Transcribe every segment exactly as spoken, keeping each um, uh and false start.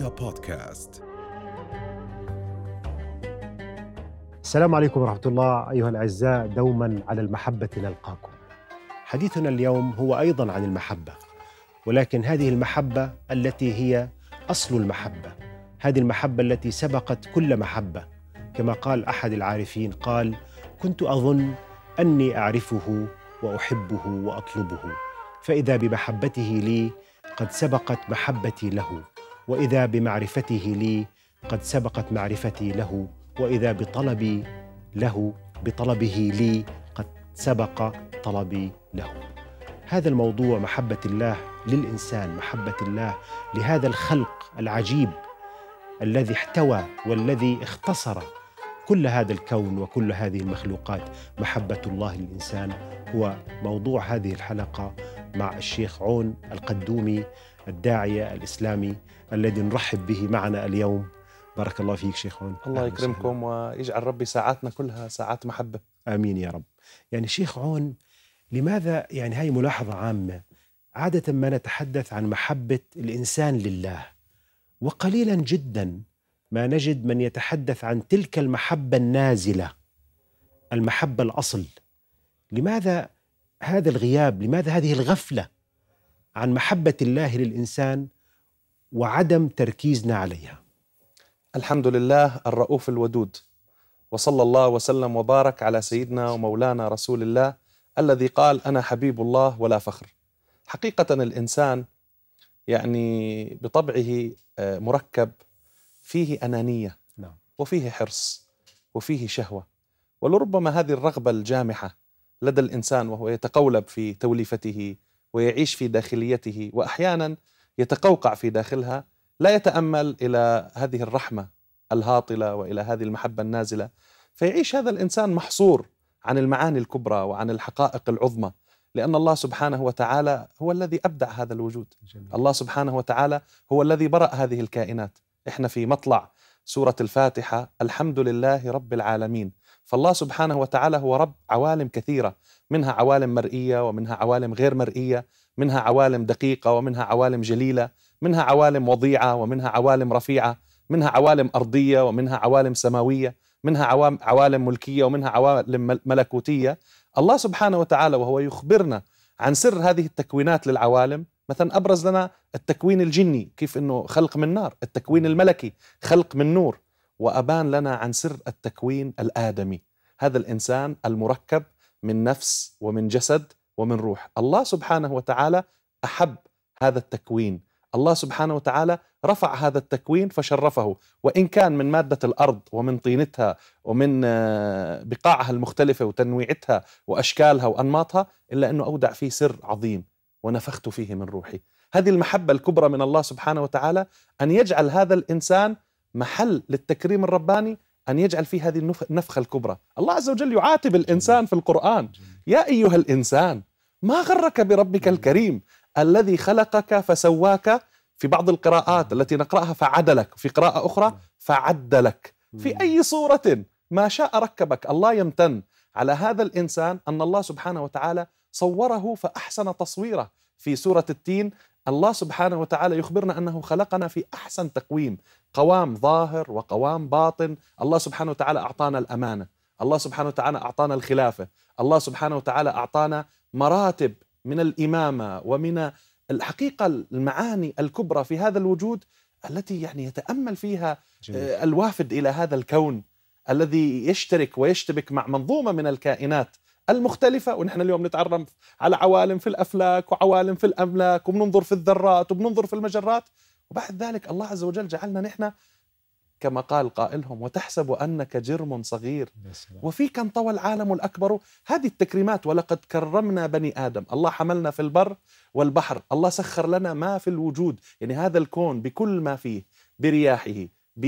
رؤيا بودكاست. السلام عليكم ورحمة الله أيها الأعزاء، دوما على المحبة نلقاكم. حديثنا اليوم هو أيضا عن المحبة، ولكن هذه المحبة التي هي أصل المحبة، هذه المحبة التي سبقت كل محبة. كما قال أحد العارفين، قال: كنت أظن أني أعرفه وأحبه وأطلبه، فإذا بمحبته لي قد سبقت محبتي له، وإذا بمعرفته لي قد سبقت معرفتي له، وإذا بطلبي له بطلبه لي قد سبق طلبي له. هذا الموضوع، محبة الله للإنسان، محبة الله لهذا الخلق العجيب الذي احتوى والذي اختصر كل هذا الكون وكل هذه المخلوقات. محبة الله للإنسان هو موضوع هذه الحلقة مع الشيخ عون القدومي، الداعية الإسلامي الذي نرحب به معنا اليوم. بارك الله فيك شيخ عون. الله يكرمكم ويجعل ربي ساعاتنا كلها ساعات محبة. آمين يا رب. يعني شيخ عون، لماذا يعني هاي ملاحظة عامة، عادة ما نتحدث عن محبة الإنسان لله، وقليلا جدا ما نجد من يتحدث عن تلك المحبة النازلة، المحبة الأصل. لماذا هذا الغياب؟ لماذا هذه الغفلة عن محبة الله للإنسان وعدم تركيزنا عليها؟ الحمد لله الرؤوف الودود، وصلى الله وسلم وبارك على سيدنا ومولانا رسول الله الذي قال: أنا حبيب الله ولا فخر. حقيقة الإنسان يعني بطبعه مركب، فيه أنانية وفيه حرص وفيه شهوة، ولربما هذه الرغبة الجامحة لدى الإنسان وهو يتقولب في توليفته ويعيش في داخليته، وأحيانا يتقوقع في داخلها، لا يتأمل إلى هذه الرحمة الهاطلة وإلى هذه المحبة النازلة، فيعيش هذا الإنسان محصور عن المعاني الكبرى وعن الحقائق العظمى، لأن الله سبحانه وتعالى هو الذي أبدع هذا الوجود. جميل. الله سبحانه وتعالى هو الذي برأ هذه الكائنات. إحنا في مطلع سورة الفاتحة: الحمد لله رب العالمين. فالله سبحانه وتعالى هو رب عوالم كثيرة، منها عوالم مرئية ومنها عوالم غير مرئية، منها عوالم دقيقة ومنها عوالم جليلة، منها عوالم وضيعة ومنها عوالم رفيعة، منها عوالم أرضية ومنها عوالم سماوية، منها عوالم ملكية ومنها عوالم ملكوتية. الله سبحانه وتعالى وهو يخبرنا عن سر هذه التكوينات للعوالم، مثلا أبرز لنا التكوين الجني، كيف أنه خلق من نار، التكوين الملكي خلق من نور، وأبان لنا عن سر التكوين الآدمي، هذا الإنسان المركب من نفس ومن جسد ومن روح. الله سبحانه وتعالى أحب هذا التكوين، الله سبحانه وتعالى رفع هذا التكوين فشرفه، وإن كان من مادة الأرض ومن طينتها ومن بقاعها المختلفة وتنويعتها وأشكالها وأنماطها، إلا أنه أودع فيه سر عظيم: ونفخت فيه من روحي. هذه المحبة الكبرى من الله سبحانه وتعالى، أن يجعل هذا الإنسان محل للتكريم الرباني، أن يجعل فيه هذه النفخة الكبرى. الله عز وجل يعاتب الإنسان في القرآن: يا أيها الإنسان ما غرك بربك الكريم الذي خلقك فسواك، في بعض القراءات التي نقرأها فعدلك، في قراءة أخرى فعدلك، في أي صورة ما شاء ركبك. الله يمتن على هذا الإنسان أن الله سبحانه وتعالى صوره فأحسن تصويره. في سورة التين الله سبحانه وتعالى يخبرنا أنه خلقنا في أحسن تقويم، قوام ظاهر وقوام باطن. الله سبحانه وتعالى أعطانا الأمانة، الله سبحانه وتعالى أعطانا الخلافة، الله سبحانه وتعالى أعطانا مراتب من الإمامة ومن الحقيقة المعاني الكبرى في هذا الوجود التي يعني يتأمل فيها جميل. الوافد إلى هذا الكون الذي يشترك ويشتبك مع منظومة من الكائنات المختلفة. ونحن اليوم نتعرف على عوالم في الأفلاك وعوالم في الأملاك، وبننظر في الذرات وبننظر في المجرات، وبعد ذلك الله عز وجل جعلنا نحن كما قال قائلهم: وتحسب أنك جرم صغير وفيك انطوى العالم الأكبر. هذه التكريمات: ولقد كرمنا بني آدم. الله حملنا في البر والبحر، الله سخر لنا ما في الوجود، يعني هذا الكون بكل ما فيه، برياحه،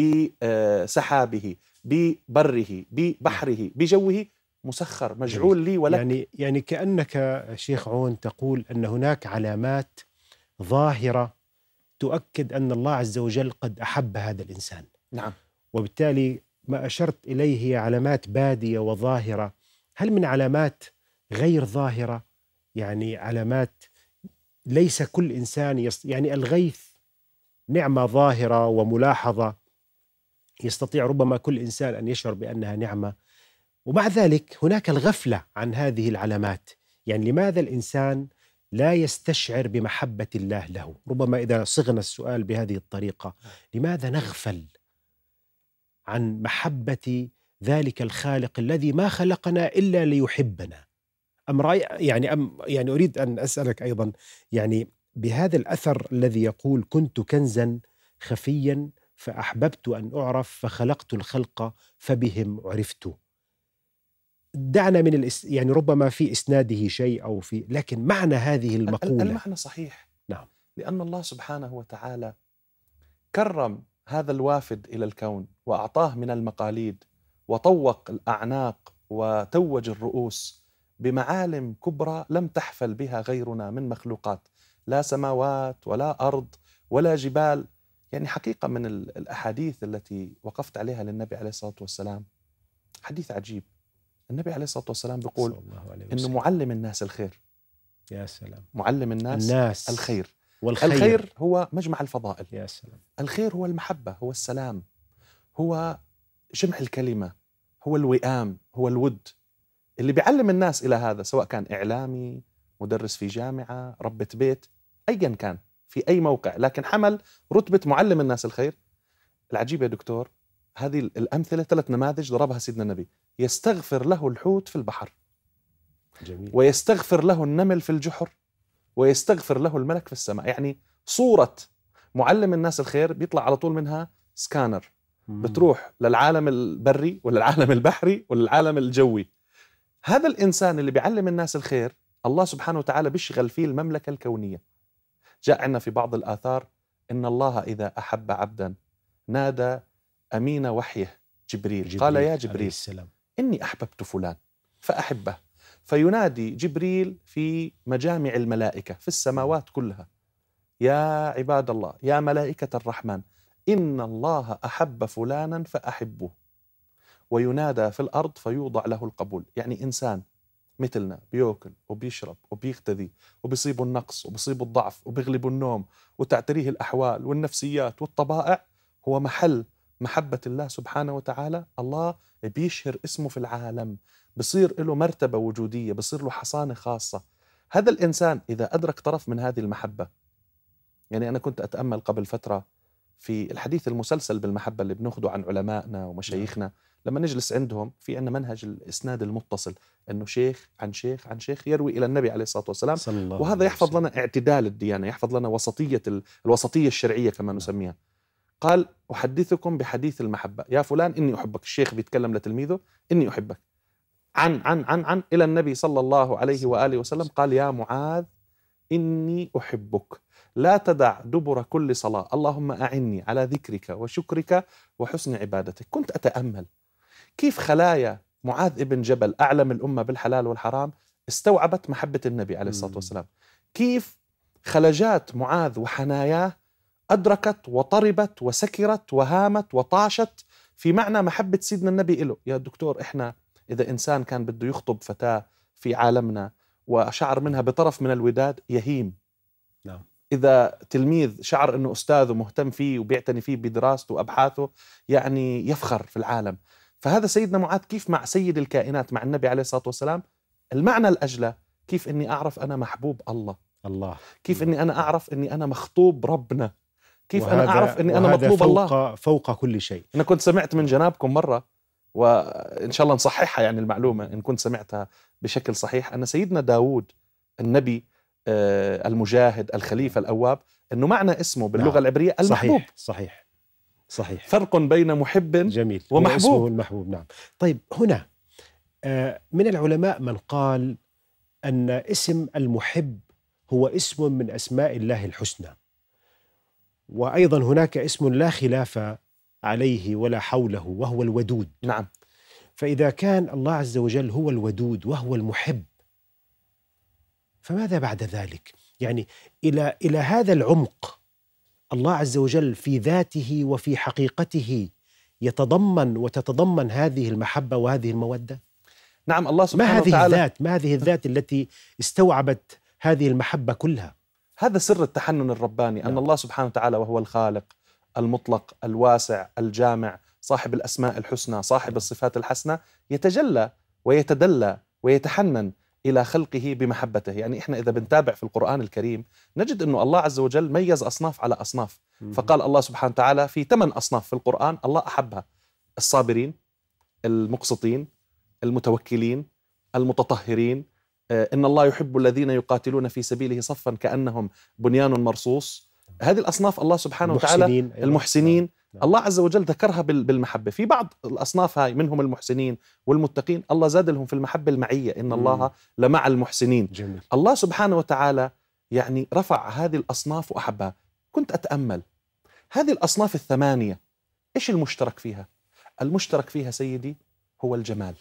بسحابه، ببره، ببحره، بجوه، مسخر مجعول لي ولك. يعني يعني كأنك شيخ عون تقول أن هناك علامات ظاهرة تؤكد أن الله عز وجل قد أحب هذا الإنسان. نعم. وبالتالي ما أشرت إليه هي علامات بادية وظاهرة. هل من علامات غير ظاهرة؟ يعني علامات ليس كل إنسان يص... يعني الغيث نعمة ظاهرة وملاحظة يستطيع ربما كل إنسان أن يشعر بأنها نعمة، ومع ذلك هناك الغفلة عن هذه العلامات. يعني لماذا الإنسان لا يستشعر بمحبة الله له؟ ربما إذا صغنا السؤال بهذه الطريقة، لماذا نغفل عن محبة ذلك الخالق الذي ما خلقنا إلا ليحبنا؟ أم رأي يعني أم يعني أريد أن أسألك أيضا، يعني بهذا الأثر الذي يقول كنت كنزا خفيا فأحببت أن أعرف فخلقت الخلق فبهم عرفت. دعنا من الإس... يعني ربما في إسناده شيء أو في، لكن معنى هذه المقولة المعنى صحيح. نعم. لأن الله سبحانه وتعالى كرم هذا الوافد إلى الكون وأعطاه من المقاليد وطوق الأعناق وتوج الرؤوس بمعالم كبرى لم تحفل بها غيرنا من مخلوقات، لا سماوات ولا أرض ولا جبال. يعني حقيقة من الأحاديث التي وقفت عليها للنبي عليه الصلاة والسلام حديث عجيب. النبي عليه الصلاة والسلام بيقول إنه معلم الناس الخير. يا سلام. معلم الناس, الناس الخير. والخير. الخير هو مجمع الفضائل. يا سلام. الخير هو المحبة، هو السلام، هو جمع الكلمة، هو الوئام، هو الود. اللي بيعلم الناس إلى هذا سواء كان إعلامي، مدرس في جامعة، ربة بيت، أيا كان في أي موقع، لكن حمل رتبة معلم الناس الخير. العجيب يا دكتور، هذه الأمثلة ثلاث نماذج ضربها سيدنا النبي. يستغفر له الحوت في البحر، جميل. ويستغفر له النمل في الجحر، ويستغفر له الملك في السماء. يعني صورة معلم الناس الخير بيطلع على طول منها سكانر، بتروح للعالم البري وللعالم البحري وللعالم الجوي. هذا الإنسان اللي بيعلم الناس الخير الله سبحانه وتعالى بيشغل فيه المملكة الكونية. جاء عنا في بعض الآثار إن الله إذا أحب عبدا نادى أمين وحيه جبريل, جبريل قال يا جبريل السلام. إني أحببت فلان فأحبه، فينادي جبريل في مجامع الملائكة في السماوات كلها يا عباد الله يا ملائكة الرحمن إن الله أحب فلانا فأحبه، وينادى في الأرض فيوضع له القبول. يعني إنسان مثلنا بيأكل وبيشرب وبيغتذي وبيصيبه النقص وبيصيبه الضعف وبيغلبه النوم وتعتريه الأحوال والنفسيات والطبائع، هو محل محبة الله سبحانه وتعالى. الله بيشهر اسمه في العالم، بصير له مرتبة وجودية، بصير له حصانة خاصة. هذا الإنسان إذا أدرك طرف من هذه المحبة، يعني أنا كنت أتأمل قبل فترة في الحديث المسلسل بالمحبة اللي بناخده عن علمائنا ومشايخنا، لما نجلس عندهم في عندنا منهج الإسناد المتصل، أنه شيخ عن شيخ عن شيخ يروي إلى النبي عليه الصلاة والسلام، وهذا يحفظ لنا اعتدال الديانة، يحفظ لنا وسطية الوسطية الشرعية كما نسميها. قال أحدثكم بحديث المحبة، يا فلان إني أحبك. الشيخ بيتكلم لتلميذه إني أحبك، عن عن عن عن إلى النبي صلى الله عليه وآله وسلم قال يا معاذ إني أحبك لا تدع دبر كل صلاة اللهم أعني على ذكرك وشكرك وحسن عبادتك. كنت أتأمل كيف خلايا معاذ ابن جبل أعلم الأمة بالحلال والحرام استوعبت محبة النبي عليه الصلاة والسلام، كيف خلجات معاذ وحناياه أدركت وطربت وسكرت وهامت وطاشت في معنى محبة سيدنا النبي إله. يا دكتور، إحنا إذا إنسان كان بده يخطب فتاة في عالمنا وشعر منها بطرف من الوداد يهيم. نعم. إذا تلميذ شعر أنه أستاذه مهتم فيه وبيعتني فيه بدراسته وأبحاثه يعني يفخر في العالم. فهذا سيدنا معاذ كيف مع سيد الكائنات مع النبي عليه الصلاة والسلام. المعنى الأجلى كيف أني أعرف أنا محبوب الله، الله كيف أني أنا أعرف أني أنا مخطوب ربنا، كيف أنا أعرف أني أنا مطلوب فوق الله فوق كل شيء. أنا كنت سمعت من جنابكم مرة، وإن شاء الله نصححها يعني المعلومة إن كنت سمعتها بشكل صحيح، أن سيدنا داود النبي المجاهد الخليفة الأواب أنه معنى اسمه باللغة نعم. العبرية المحبوب. صحيح صحيح صحيح. فرق بين محب جميل ومحبوب. المحبوب. نعم. طيب هنا من العلماء من قال أن اسم المحب هو اسم من أسماء الله الحسنى، وأيضا هناك اسم لا خلاف عليه ولا حوله وهو الودود. نعم. فإذا كان الله عز وجل هو الودود وهو المحب، فماذا بعد ذلك؟ يعني إلى إلى هذا العمق الله عز وجل في ذاته وفي حقيقته يتضمن وتتضمن هذه المحبة وهذه المودة. نعم. الله سبحانه ما هذه وتعالى الذات ما هذه الذات التي استوعبت هذه المحبة كلها؟ هذا سر التحنن الرباني، أن نعم. الله سبحانه وتعالى وهو الخالق المطلق الواسع الجامع صاحب الأسماء الحسنى صاحب الصفات الحسنى يتجلى ويتدلى ويتحنن إلى خلقه بمحبته. يعني إحنا إذا بنتابع في القرآن الكريم نجد أنه الله عز وجل ميز أصناف على أصناف. فقال الله سبحانه وتعالى في ثمان أصناف في القرآن الله أحبها: الصابرين، المقسطين، المتوكلين، المتطهرين، إن الله يحب الذين يقاتلون في سبيله صفا كأنهم بنيان مرصوص. هذه الأصناف الله سبحانه وتعالى المحسنين أيضاً. المحسنين نعم. الله عز وجل ذكرها بالمحبة. في بعض الأصناف هاي منهم المحسنين والمتقين الله زاد لهم في المحبة المعية، إن الله لمع المحسنين. جميل. الله سبحانه وتعالى يعني رفع هذه الأصناف وأحبها. كنت أتأمل هذه الأصناف الثمانية إيش المشترك فيها؟ المشترك فيها سيدي هو الجمال.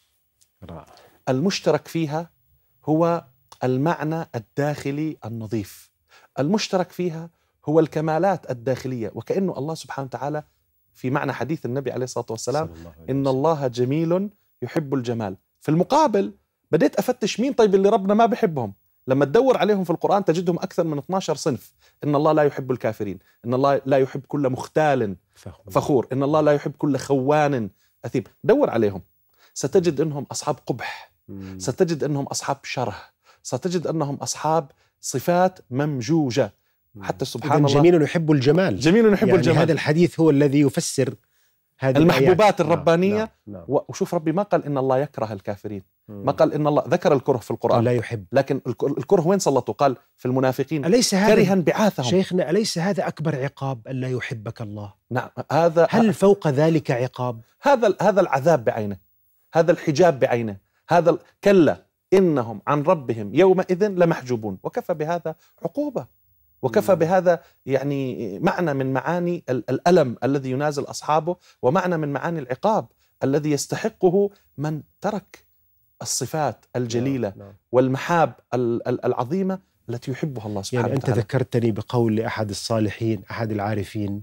رائع. المشترك فيها هو المعنى الداخلي النظيف. المشترك فيها هو الكمالات الداخلية، وكأنه الله سبحانه وتعالى في معنى حديث النبي عليه الصلاة والسلام الله إن الله جميل يحب الجمال. في المقابل بديت أفتش مين طيب اللي ربنا ما بحبهم. لما تدور عليهم في القرآن تجدهم أكثر من اثني عشر صنف. إن الله لا يحب الكافرين، إن الله لا يحب كل مختال فخور، إن الله لا يحب كل خوان أثيم. دور عليهم ستجد أنهم أصحاب قبح، ستجد أنهم أصحاب شره، ستجد أنهم أصحاب صفات ممجوجة. حتى سبحان الله جميل يحب الجمال، جميل يحب يعني الجمال. هذا الحديث هو الذي يفسر هذه المحبوبات الآيات. الربانية. نعم. نعم. وشوف ربي ما قال إن الله يكره الكافرين، ما قال إن الله ذكر الكره في القرآن لا يحب، لكن الكره وين سلطه؟ قال في المنافقين أليس هذا كرها بعاثهم. شيخنا أليس هذا أكبر عقاب ألا يحبك الله؟ نعم. هذا هل فوق ذلك عقاب؟ هذا هذا العذاب بعينه، هذا الحجاب بعينه، هذا ال... كلا إنهم عن ربهم يومئذ لمحجوبون. وكفى بهذا عقوبة، وكفى بهذا يعني معنى من معاني الألم الذي ينازل أصحابه، ومعنى من معاني العقاب الذي يستحقه من ترك الصفات الجليلة والمحاب العظيمة التي يحبها الله سبحانه يعني وتعالى. أنت ذكرتني بقول لأحد الصالحين أحد العارفين،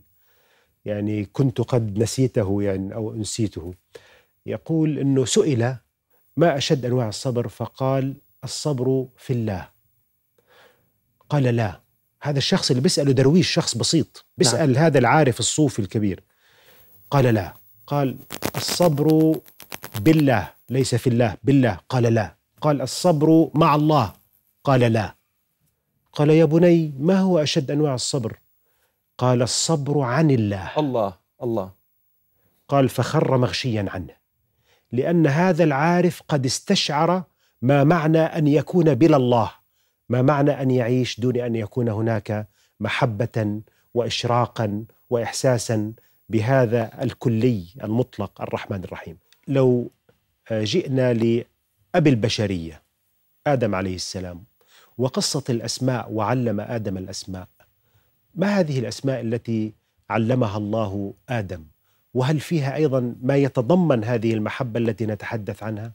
يعني كنت قد نسيته يعني أو أنسيته، يقول أنه سئل ما أشد أنواع الصبر فقال الصبر في الله. قال لا، هذا الشخص اللي بيسأله درويش شخص بسيط بيسأل نعم. هذا العارف الصوفي الكبير. قال لا، قال الصبر بالله ليس في الله، بالله. قال لا. قال الصبر مع الله. قال لا. قال يا بني ما هو أشد أنواع الصبر؟ قال الصبر عن الله. الله الله. قال فخر مغشيا عنه، لأن هذا العارف قد استشعر ما معنى أن يكون بلا الله، ما معنى أن يعيش دون أن يكون هناك محبة وإشراقا وإحساسا بهذا الكلي المطلق الرحمن الرحيم. لو جئنا لأبي البشرية آدم عليه السلام وقصة الأسماء وعلم آدم الأسماء، ما هذه الأسماء التي علمها الله آدم؟ وهل فيها أيضا ما يتضمن هذه المحبة التي نتحدث عنها؟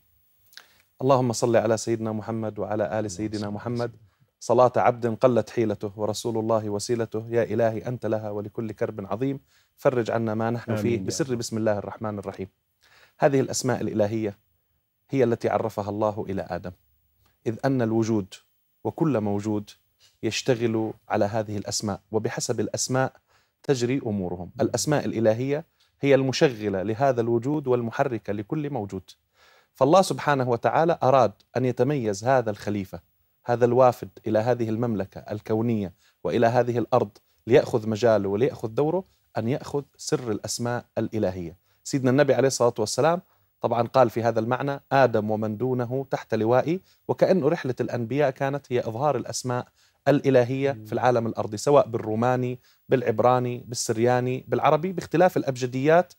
اللهم صل على سيدنا محمد وعلى آل سيدنا محمد صلاة عبد قلت حيلته ورسول الله وسيلته. يا إلهي أنت لها ولكل كرب عظيم فرج عنا ما نحن فيه بسر بسم الله الرحمن الرحيم. هذه الأسماء الإلهية هي التي عرفها الله إلى آدم، إذ أن الوجود وكل موجود يشتغل على هذه الأسماء، وبحسب الأسماء تجري أمورهم. الأسماء الإلهية هي المشغلة لهذا الوجود والمحركة لكل موجود. فالله سبحانه وتعالى أراد أن يتميز هذا الخليفة، هذا الوافد إلى هذه المملكة الكونية وإلى هذه الأرض ليأخذ مجاله وليأخذ دوره، أن يأخذ سر الأسماء الإلهية. سيدنا النبي عليه الصلاة والسلام طبعا قال في هذا المعنى آدم ومن دونه تحت لوائي، وكأن رحلة الأنبياء كانت هي إظهار الأسماء الإلهية في العالم الأرضي، سواء بالروماني، بالعبراني، بالسرياني، بالعربي، باختلاف الأبجديات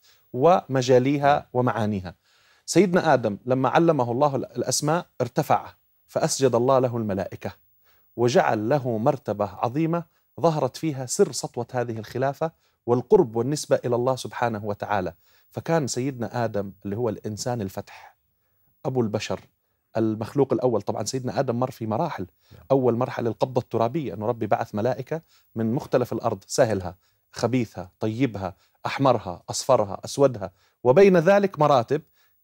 ومجاليها ومعانيها. سيدنا آدم لما علمه الله الأسماء ارتفع فأسجد الله له الملائكة وجعل له مرتبة عظيمة ظهرت فيها سر سطوة هذه الخلافة والقرب والنسبة إلى الله سبحانه وتعالى. فكان سيدنا آدم اللي هو الإنسان الفتح، أبو البشر، المخلوق الأول. طبعا سيدنا آدم مر في مراحل. أول مرحلة القبضة الترابية، أنه ربي بعث ملائكة من مختلف الأرض، سهلها، خبيثها، طيبها، أحمرها، أصفرها، أسودها، وبين ذلك مراتب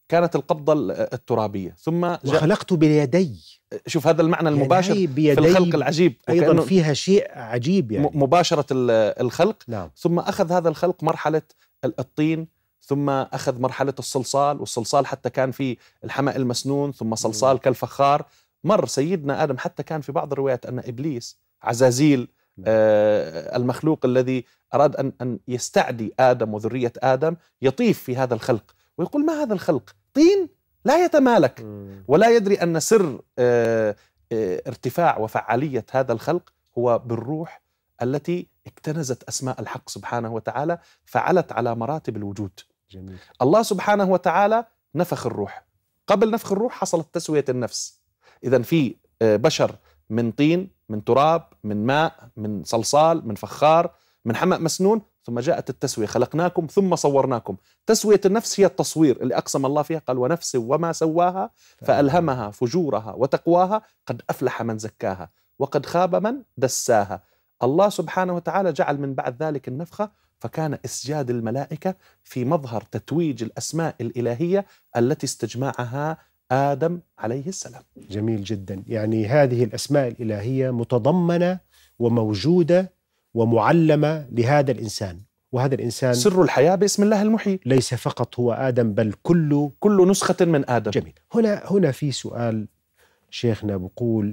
كانت القبضة الترابية، ثم جاء وخلقت بيدي. شوف هذا المعنى المباشر يعني في الخلق العجيب، أيضا فيها شيء عجيب يعني مباشرة الخلق. نعم. ثم أخذ هذا الخلق مرحلة الطين، ثم أخذ مرحلة الصلصال، والصلصال حتى كان في الحمأ المسنون، ثم صلصال كالفخار. مر سيدنا آدم، حتى كان في بعض الروايات أن إبليس عزازيل آه المخلوق الذي أراد أن أن يستعدي آدم وذرية آدم يطيف في هذا الخلق ويقول: ما هذا الخلق؟ طين لا يتمالك، ولا يدري أن سر آه آه ارتفاع وفعالية هذا الخلق هو بالروح التي اكتنزت أسماء الحق سبحانه وتعالى، فعلت على مراتب الوجود. جميل. الله سبحانه وتعالى نفخ الروح. قبل نفخ الروح حصلت تسوية النفس. إذن في بشر من طين، من تراب، من ماء، من صلصال، من فخار، من حمأ مسنون، ثم جاءت التسوية، خلقناكم ثم صورناكم. تسوية النفس هي التصوير اللي أقسم الله فيها، قال: ونفس وما سواها فألهمها فجورها وتقواها، قد أفلح من زكاها وقد خاب من دساها. الله سبحانه وتعالى جعل من بعد ذلك النفخة، فكان إسجاد الملائكة في مظهر تتويج الأسماء الإلهية التي استجمعها آدم عليه السلام. جميل جدا. يعني هذه الأسماء الإلهية متضمنة وموجودة ومعلمة لهذا الإنسان، وهذا الإنسان سر الحياة باسم الله المحيي، ليس فقط هو آدم بل كل كل نسخة من آدم. جميل. هنا هنا في سؤال شيخنا بقول،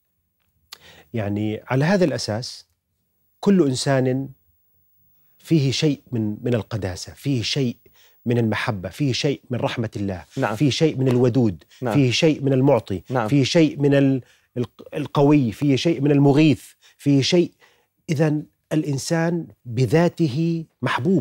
يعني على هذا الأساس كل إنسان فيه شيء من من القداسة، فيه شيء من المحبة، فيه شيء من رحمة الله، نعم. فيه شيء من الودود، نعم. فيه شيء من المعطي، نعم. فيه شيء من القوي، فيه شيء من المغيث، فيه شيء. إذن الإنسان بذاته محبوب.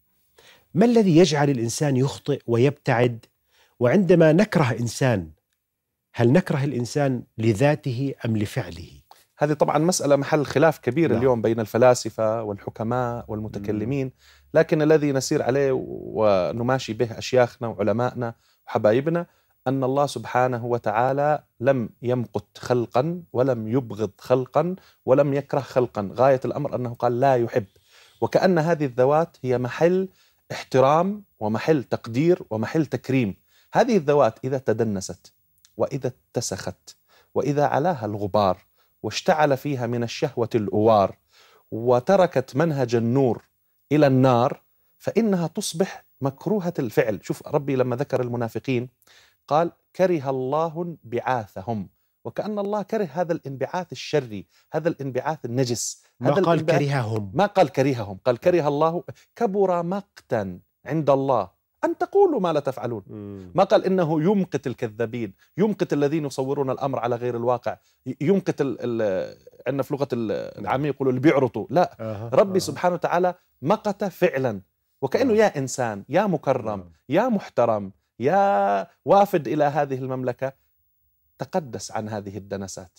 ما الذي يجعل الإنسان يخطئ ويبتعد؟ وعندما نكره إنسان، هل نكره الإنسان لذاته أم لفعله؟ هذه طبعا مسألة محل خلاف كبير لا. اليوم بين الفلاسفة والحكماء والمتكلمين، لكن الذي نسير عليه ونماشي به أشياخنا وعلمائنا وحبايبنا أن الله سبحانه وتعالى لم يمقت خلقا ولم يبغض خلقا ولم يكره خلقا. غاية الأمر أنه قال لا يحب، وكأن هذه الذوات هي محل احترام ومحل تقدير ومحل تكريم. هذه الذوات إذا تدنست وإذا اتسخت وإذا علاها الغبار واشتعل فيها من الشهوة الأوار وتركت منهج النور إلى النار، فإنها تصبح مكروهة الفعل. شوف ربي لما ذكر المنافقين قال: كره الله انبعاثهم، وكأن الله كره هذا الانبعاث الشري، هذا الانبعاث النجس. ما هذا قال كرههم، ما قال كرههم، قال كره الله. كبر مقتا عند الله أن تقولوا ما لا تفعلون. ما قال إنه يمقت الكذابين، يمقت الذين يصورون الأمر على غير الواقع، يمقت عندنا في لغة العامية يقولوا اللي بيعرطوا. لا، آه. ربي آه. سبحانه وتعالى مقت فعلا، وكأنه آه. يا إنسان يا مكرم آه. يا محترم يا وافد إلى هذه المملكة، تقدس عن هذه الدنسات،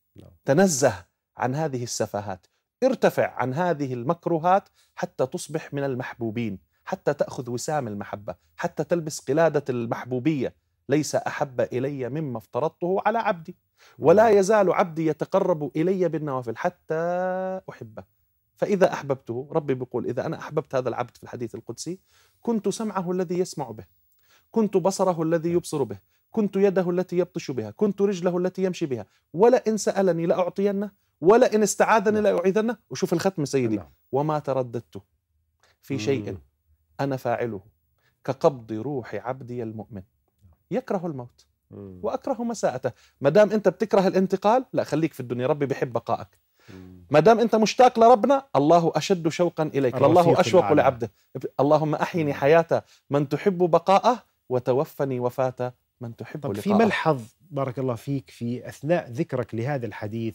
تنزه عن هذه السفاهات، ارتفع عن هذه المكروهات حتى تصبح من المحبوبين، حتى تأخذ وسام المحبة، حتى تلبس قلادة المحبوبية. ليس أحب إلي مما افترضته على عبدي، ولا يزال عبدي يتقرب إلي بالنوافل حتى أحبه. فإذا أحببته، ربي بيقول: إذا أنا أحببت هذا العبد في الحديث القدسي كنت سمعه الذي يسمع به، كنت بصره الذي يبصر به، كنت يده التي يبطش بها، كنت رجله التي يمشي بها، ولا إن سألني لأعطينه، ولا إن استعاذني لأعيذنه. وشوف الختم سيدي: وما ترددت في شيء أنا فاعله كقبض روح عبدي المؤمن يكره الموت وأكره مساءته. ما دام أنت بتكره الانتقال، لا، خليك في الدنيا، ربي بيحب بقائك. ما دام أنت مشتاق لربنا، الله أشد شوقا إليك، الله أشوق لعبده. اللهم أحيني حياة من تحب بقاءه وتوفني وفاة من تحب لقاءه. في ملحظ بارك الله فيك في أثناء ذكرك لهذا الحديث،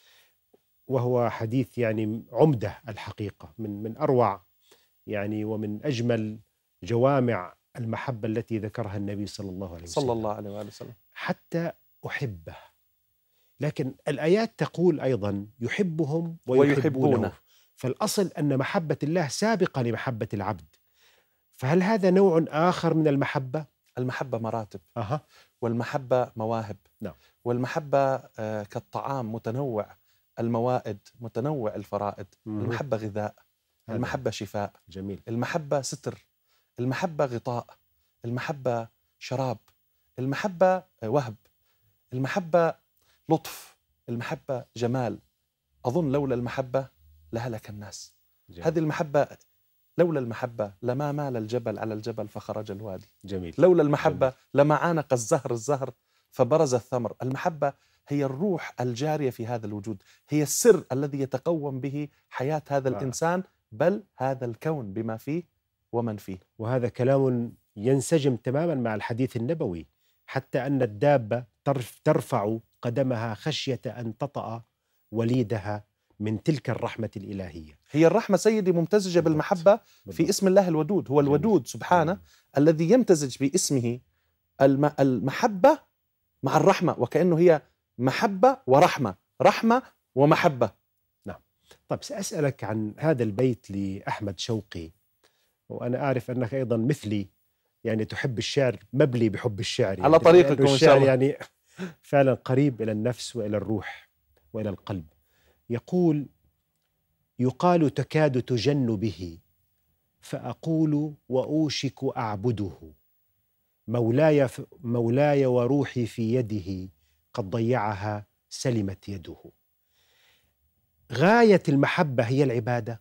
وهو حديث يعني عمدة الحقيقة، من من أروع يعني ومن أجمل جوامع المحبة التي ذكرها النبي صلى الله عليه وسلم صلى الله عليه وآله وسلم: حتى أحبه. لكن الآيات تقول أيضا يحبهم ويحبونه, ويحبونه. فالأصل أن محبة الله سابقة لمحبة العبد. فهل هذا نوع آخر من المحبة؟ المحبة مراتب. أه. والمحبة مواهب. نعم. والمحبة آه كالطعام متنوع الموائد، متنوع الفرائد. مم. المحبة غذاء، المحبة شفاء. جميل. المحبة ستر، المحبة غطاء، المحبة شراب، المحبة وهب، المحبة لطف، المحبة جمال. أظن لولا المحبة لهلك الناس. جميل. هذه المحبة، لولا المحبة لما مال الجبل على الجبل فخرج الوادي. جميل. لولا المحبة جميل. لما عانق الزهر الزهر فبرز الثمر. المحبة هي الروح الجارية في هذا الوجود، هي السر الذي يتقوم به حياة هذا آه. الإنسان، بل هذا الكون بما فيه ومن فيه. وهذا كلام ينسجم تماما مع الحديث النبوي، حتى أن الدابة ترفع قدمها خشية أن تطأ وليدها من تلك الرحمة الإلهية. هي الرحمة سيدي ممتزجة بالضبط. بالمحبة. بالضبط. في اسم الله الودود، هو الودود سبحانه الذي يمتزج باسمه المحبة مع الرحمة، وكأنه هي محبة ورحمة، رحمة ومحبة. نعم. طيب سأسألك عن هذا البيت لأحمد شوقي، وأنا أعرف أنك أيضا مثلي يعني تحب الشعر، مبلي بحب الشعر يعني على طريقكم إن شاء الله. يعني فعلا قريب إلى النفس وإلى الروح وإلى القلب. يقول: يقال تكاد تجن به، فأقول وأوشك أعبده، مولاي, مولاي وروحي في يده، قد ضيعها سلمت يده. غاية المحبة هي العبادة.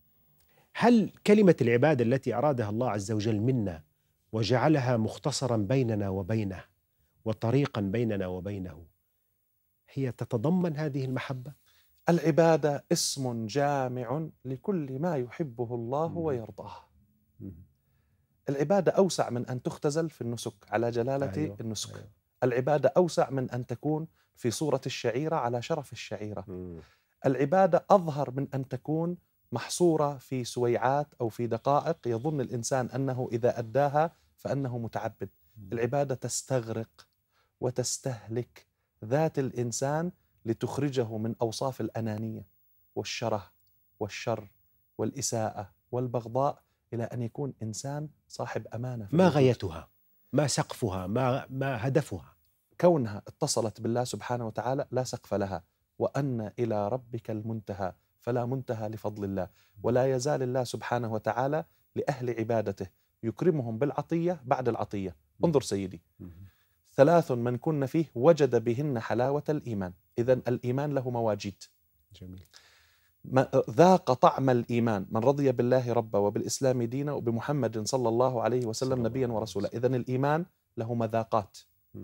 هل كلمة العبادة التي أرادها الله عز وجل منا وجعلها مختصرا بيننا وبينه وطريقا بيننا وبينه هي تتضمن هذه المحبة؟ العبادة اسم جامع لكل ما يحبه الله ويرضاه. العبادة أوسع من أن تختزل في النسك على جلالة أيوة. النسك. أيوة. العبادة أوسع من أن تكون في صورة الشعيرة على شرف الشعيرة. مم. العبادة أظهر من أن تكون محصورة في سويعات أو في دقائق يظن الإنسان أنه إذا أداها فأنه متعبد. العبادة تستغرق وتستهلك ذات الإنسان لتخرجه من أوصاف الأنانية والشره والشر والإساءة والبغضاء إلى أن يكون إنسان صاحب أمانة. ما غايتها؟ ما سقفها؟ ما, ما هدفها؟ كونها اتصلت بالله سبحانه وتعالى لا سقف لها. وأن إلى ربك المنتهى، فلا منتهى لفضل الله. ولا يزال الله سبحانه وتعالى لأهل عبادته يكرمهم بالعطية بعد العطية. انظر سيدي، ثلاث من كن فيه وجد بهن حلاوة الإيمان. إذن الإيمان له مواجيد. جميل. ذاق طعم الإيمان من رضي بالله ربا وبالإسلام دينا وبمحمد صلى الله عليه وسلم نبيا ورسولا. إذن الإيمان له مذاقات.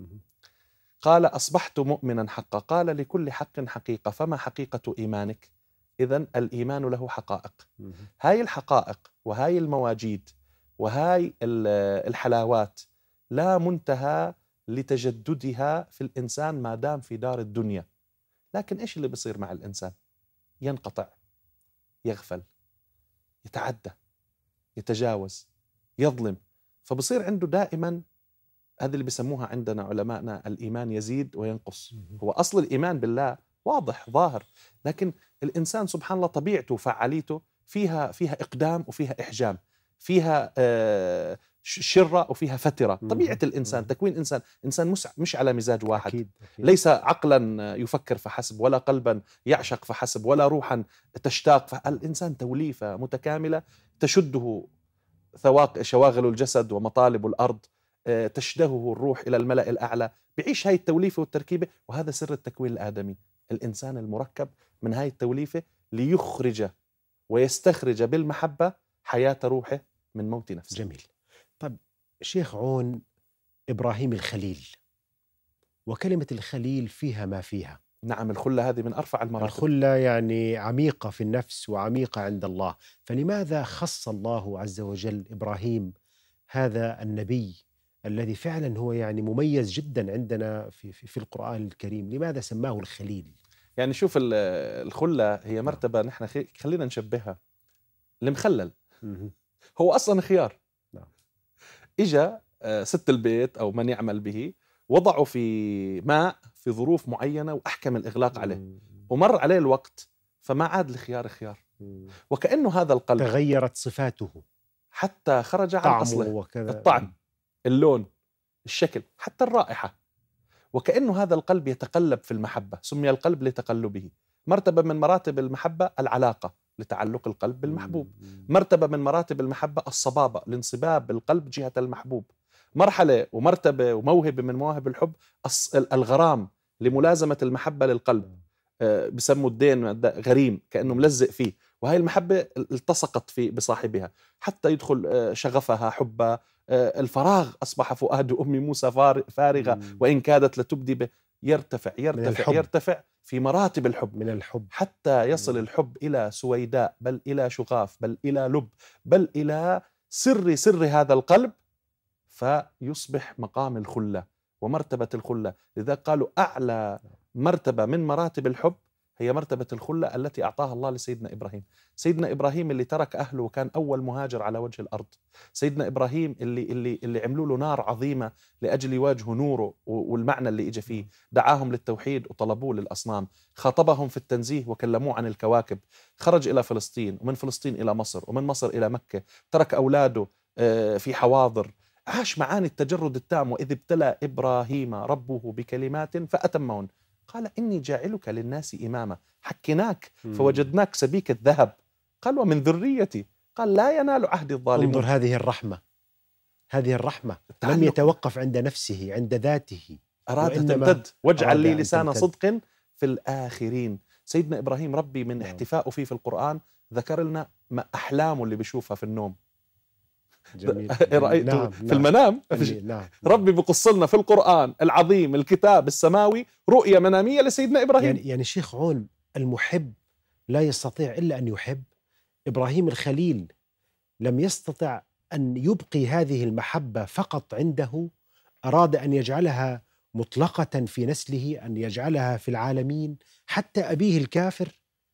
قال: أصبحت مؤمنا حقا. قال: لكل حق حقيقة، فما حقيقة إيمانك؟ إذن الإيمان له حقائق. هاي الحقائق وهاي المواجيد وهاي الحلاوات لا منتهى لتجددها في الإنسان ما دام في دار الدنيا. لكن إيش اللي بيصير مع الإنسان؟ ينقطع، يغفل، يتعدى، يتجاوز، يظلم. فبصير عنده دائما هذا اللي بيسموها عندنا علماءنا الإيمان يزيد وينقص. هو أصل الإيمان بالله واضح ظاهر، لكن الإنسان سبحان الله طبيعته وفعاليته فيها فيها إقدام وفيها إحجام، فيها آه شرة وفيها فترة. طبيعة الإنسان، تكوين إنسان إنسان مش, مش على مزاج واحد. أكيد. أكيد. ليس عقلا يفكر فحسب، ولا قلبا يعشق فحسب، ولا روحا تشتاق. فالإنسان توليفة متكاملة تشده ثواق شواغل الجسد ومطالب الأرض، تشدهه الروح إلى الملأ الأعلى. بعيش هاي التوليفة والتركيبة، وهذا سر التكوين الآدمي. الإنسان المركب من هاي التوليفة ليخرج ويستخرج بالمحبة حياة روحه من موت نفسه. جميل. طب شيخ عون، إبراهيم الخليل، وكلمة الخليل فيها ما فيها. نعم، الخلة هذه من أرفع المراتب. الخلة يعني عميقة في النفس وعميقة عند الله. فلماذا خص الله عز وجل إبراهيم هذا النبي الذي فعلا هو يعني مميز جدا عندنا في, في, في القرآن الكريم؟ لماذا سماه الخليل؟ يعني شوف، الخلة هي مرتبة نحن خلينا نشبهها المخلل. هو أصلا خيار. إجا ست البيت أو من يعمل به وضعوا في ماء في ظروف معينة وأحكم الإغلاق عليه، ومر عليه الوقت فما عاد الخيار خيار. وكأنه هذا القلب تغيرت صفاته حتى خرج عن أصله، وكذا. الطعم، اللون، الشكل، حتى الرائحة. وكأنه هذا القلب يتقلب في المحبة. سمي القلب لتقلبه. مرتبة من مراتب المحبة العلاقة لتعلق القلب بالمحبوب. مرتبة من مراتب المحبة الصبابة لانصباب القلب جهة المحبوب. مرحلة ومرتبة وموهبة من مواهب الحب الغرام لملازمة المحبة للقلب. بسموا الدين غريم، كأنه ملزق فيه، وهي المحبة التصقت في بصاحبها حتى يدخل شغفها حبها. الفراغ أصبح فؤاد أم موسى فارغة وإن كادت لتبدي به. يرتفع يرتفع يرتفع في مراتب الحب من الحب حتى يصل الحب إلى سويداء، بل إلى شغاف، بل إلى لب، بل إلى سر سر هذا القلب، فيصبح مقام الخلة ومرتبة الخلة. لذا قالوا أعلى مرتبة من مراتب الحب هي مرتبة الخلة التي أعطاها الله لسيدنا إبراهيم. سيدنا إبراهيم اللي ترك أهله وكان أول مهاجر على وجه الأرض. سيدنا إبراهيم اللي اللي اللي عملوا له نار عظيمة لأجل يواجهوا نوره والمعنى اللي إجا فيه. دعاهم للتوحيد وطلبوه للأصنام، خاطبهم في التنزيه وكلموه عن الكواكب. خرج إلى فلسطين، ومن فلسطين إلى مصر، ومن مصر إلى مكة. ترك أولاده في حواضر. عاش معاني التجرد التام. وإذ ابتلى إبراهيم ربه بكلمات فأتمهن قال إني جاعلك للناس إماما. حكيناك فوجدناك سبيك الذهب. قال ومن ذريتي. قال لا ينال عهد الظالمين. انظر هذه الرحمة، هذه الرحمة لم يتوقف عند نفسه، عند ذاته، أراد تمتد. واجعل لي لسان صدق في الآخرين. سيدنا إبراهيم ربي من احتفائه فيه في القرآن ذكر لنا ما أحلامه اللي بيشوفها في النوم. جميل. رأيته نعم. في المنام. نعم. ربي بقص لنا في القرآن العظيم الكتاب السماوي رؤية منامية لسيدنا إبراهيم. يعني, يعني شيخ عون، المحب لا يستطيع إلا أن يحب. إبراهيم الخليل لم يستطع أن يبقي هذه المحبة فقط عنده، أراد أن يجعلها مطلقة في نسله، أن يجعلها في العالمين. حتى أبيه الكافر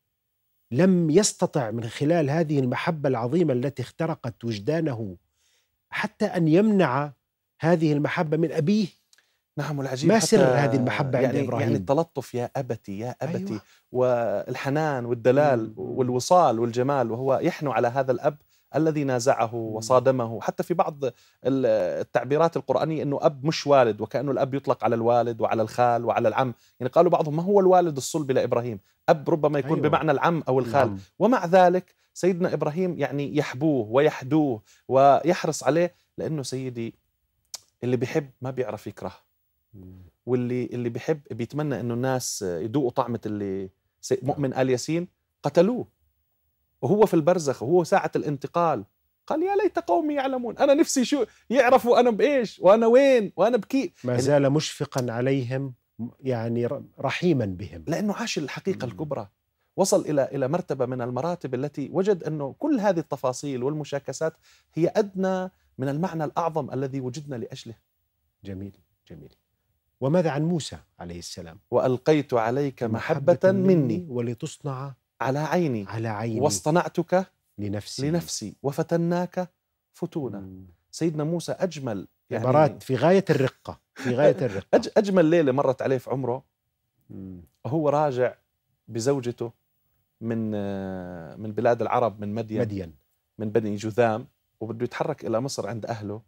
لم يستطع من خلال هذه المحبة العظيمة التي اخترقت وجدانه حتى أن يمنع هذه المحبة من أبيه. نعم. والعجيب ما سر هذه المحبة يعني عند إبراهيم؟ يعني التلطف يا أبتي يا أبتي. أيوة. والحنان والدلال مم. والوصال والجمال، وهو يحنو على هذا الأب الذي نازعه وصادمه. حتى في بعض التعبيرات القرآنية أنه أب مش والد، وكأنه الأب يطلق على الوالد وعلى الخال وعلى العم. يعني قالوا بعضهم ما هو الوالد الصلب لإبراهيم، أب ربما يكون أيوة. بمعنى العم أو الخال. نعم. ومع ذلك سيدنا إبراهيم يعني يحبوه ويحدوه ويحرص عليه، لأنه سيدي اللي بيحب ما بيعرف يكره، واللي اللي بيحب بيتمنى انه الناس يذوقوا طعمة اللي مؤمن آل ياسين قتلوه وهو في البرزخ وهو ساعة الانتقال. قال يا ليت قومي يعلمون. أنا نفسي شو يعرفوا أنا بإيش وأنا وين وأنا بكي. ما زال مشفقا عليهم، يعني رحيما بهم، لأنه عاش الحقيقة الكبرى. وصل إلى إلى مرتبة من المراتب التي وجد أنه كل هذه التفاصيل والمشاكسات هي أدنى من المعنى الأعظم الذي وجدنا لأجله. جميل جميل. وماذا عن موسى عليه السلام؟ وألقيت عليك محبة, محبة مني ولتصنع على عيني على عيني واصطنعتك لنفسي لنفسي وفتناك فتونا. مم. سيدنا موسى أجمل يعني عبارات في غاية الرقة، في غاية الرقة. أج أجمل ليلة مرت عليه في عمره وهو راجع بزوجته من من بلاد العرب، من مدين, مدين. من بني جذام، وبده يتحرك إلى مصر عند أهله.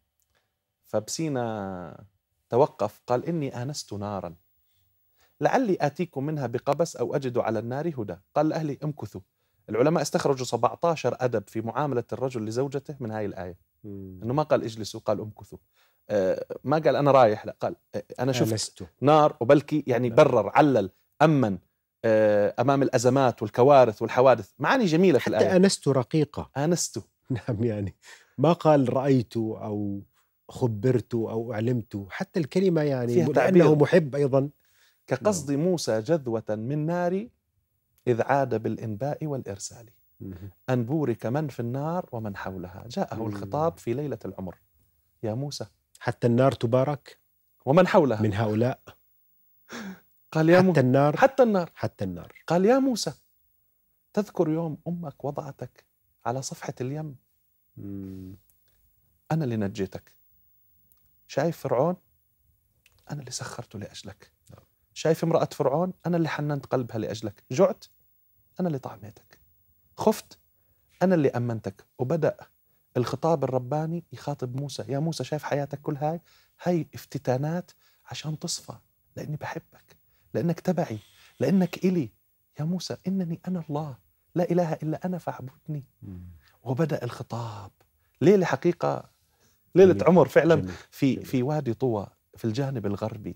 فبسينا توقف قال إني آنست نارا لعلي آتيكم منها بقبس أو أجد على النار هدى. قال لأهلي امكثوا. العلماء استخرجوا سبعة عشر أدب في معاملة الرجل لزوجته من هاي الآية. مم. إنه ما قال اجلسوا، قال امكثوا. آه ما قال أنا رايح، لا قال أنا شفت آنست. نار، وبلكي يعني برر علل أمن آه أمام الأزمات والكوارث والحوادث. معاني جميلة في الآية. حتى آنست رقيقة. آنست. نعم، يعني ما قال رأيت أو خبرت أو أعلمت، حتى الكلمة يعني لأنه محب أيضا. كقصد موسى جذوة من نار إذ عاد بالإنباء والإرسال أن بورك من في النار ومن حولها. جاءه الخطاب في ليلة العمر يا موسى حتى النار تبارك ومن حولها من هؤلاء. قال يا حتى النار حتى النار حتى النار. قال يا موسى تذكر يوم أمك وضعتك على صفحة اليم؟ مم. أنا اللي نجيتك. شايف فرعون؟ أنا اللي سخرته لأجلك. شايف امرأة فرعون؟ أنا اللي حننت قلبها لأجلك. جعت؟ أنا اللي طعميتك. خفت؟ أنا اللي أمنتك. وبدأ الخطاب الرباني يخاطب موسى. يا موسى شايف حياتك كل هاي هاي افتتانات عشان تصفى، لأني بحبك، لأنك تبعي، لأنك إلي. يا موسى إنني أنا الله لا إله إلا أنا فاعبدني. وبدأ الخطاب. ليلة حقيقة ليلة جميل. عمر فعلا. جميل. في جميل. في وادي طوى في الجانب الغربي،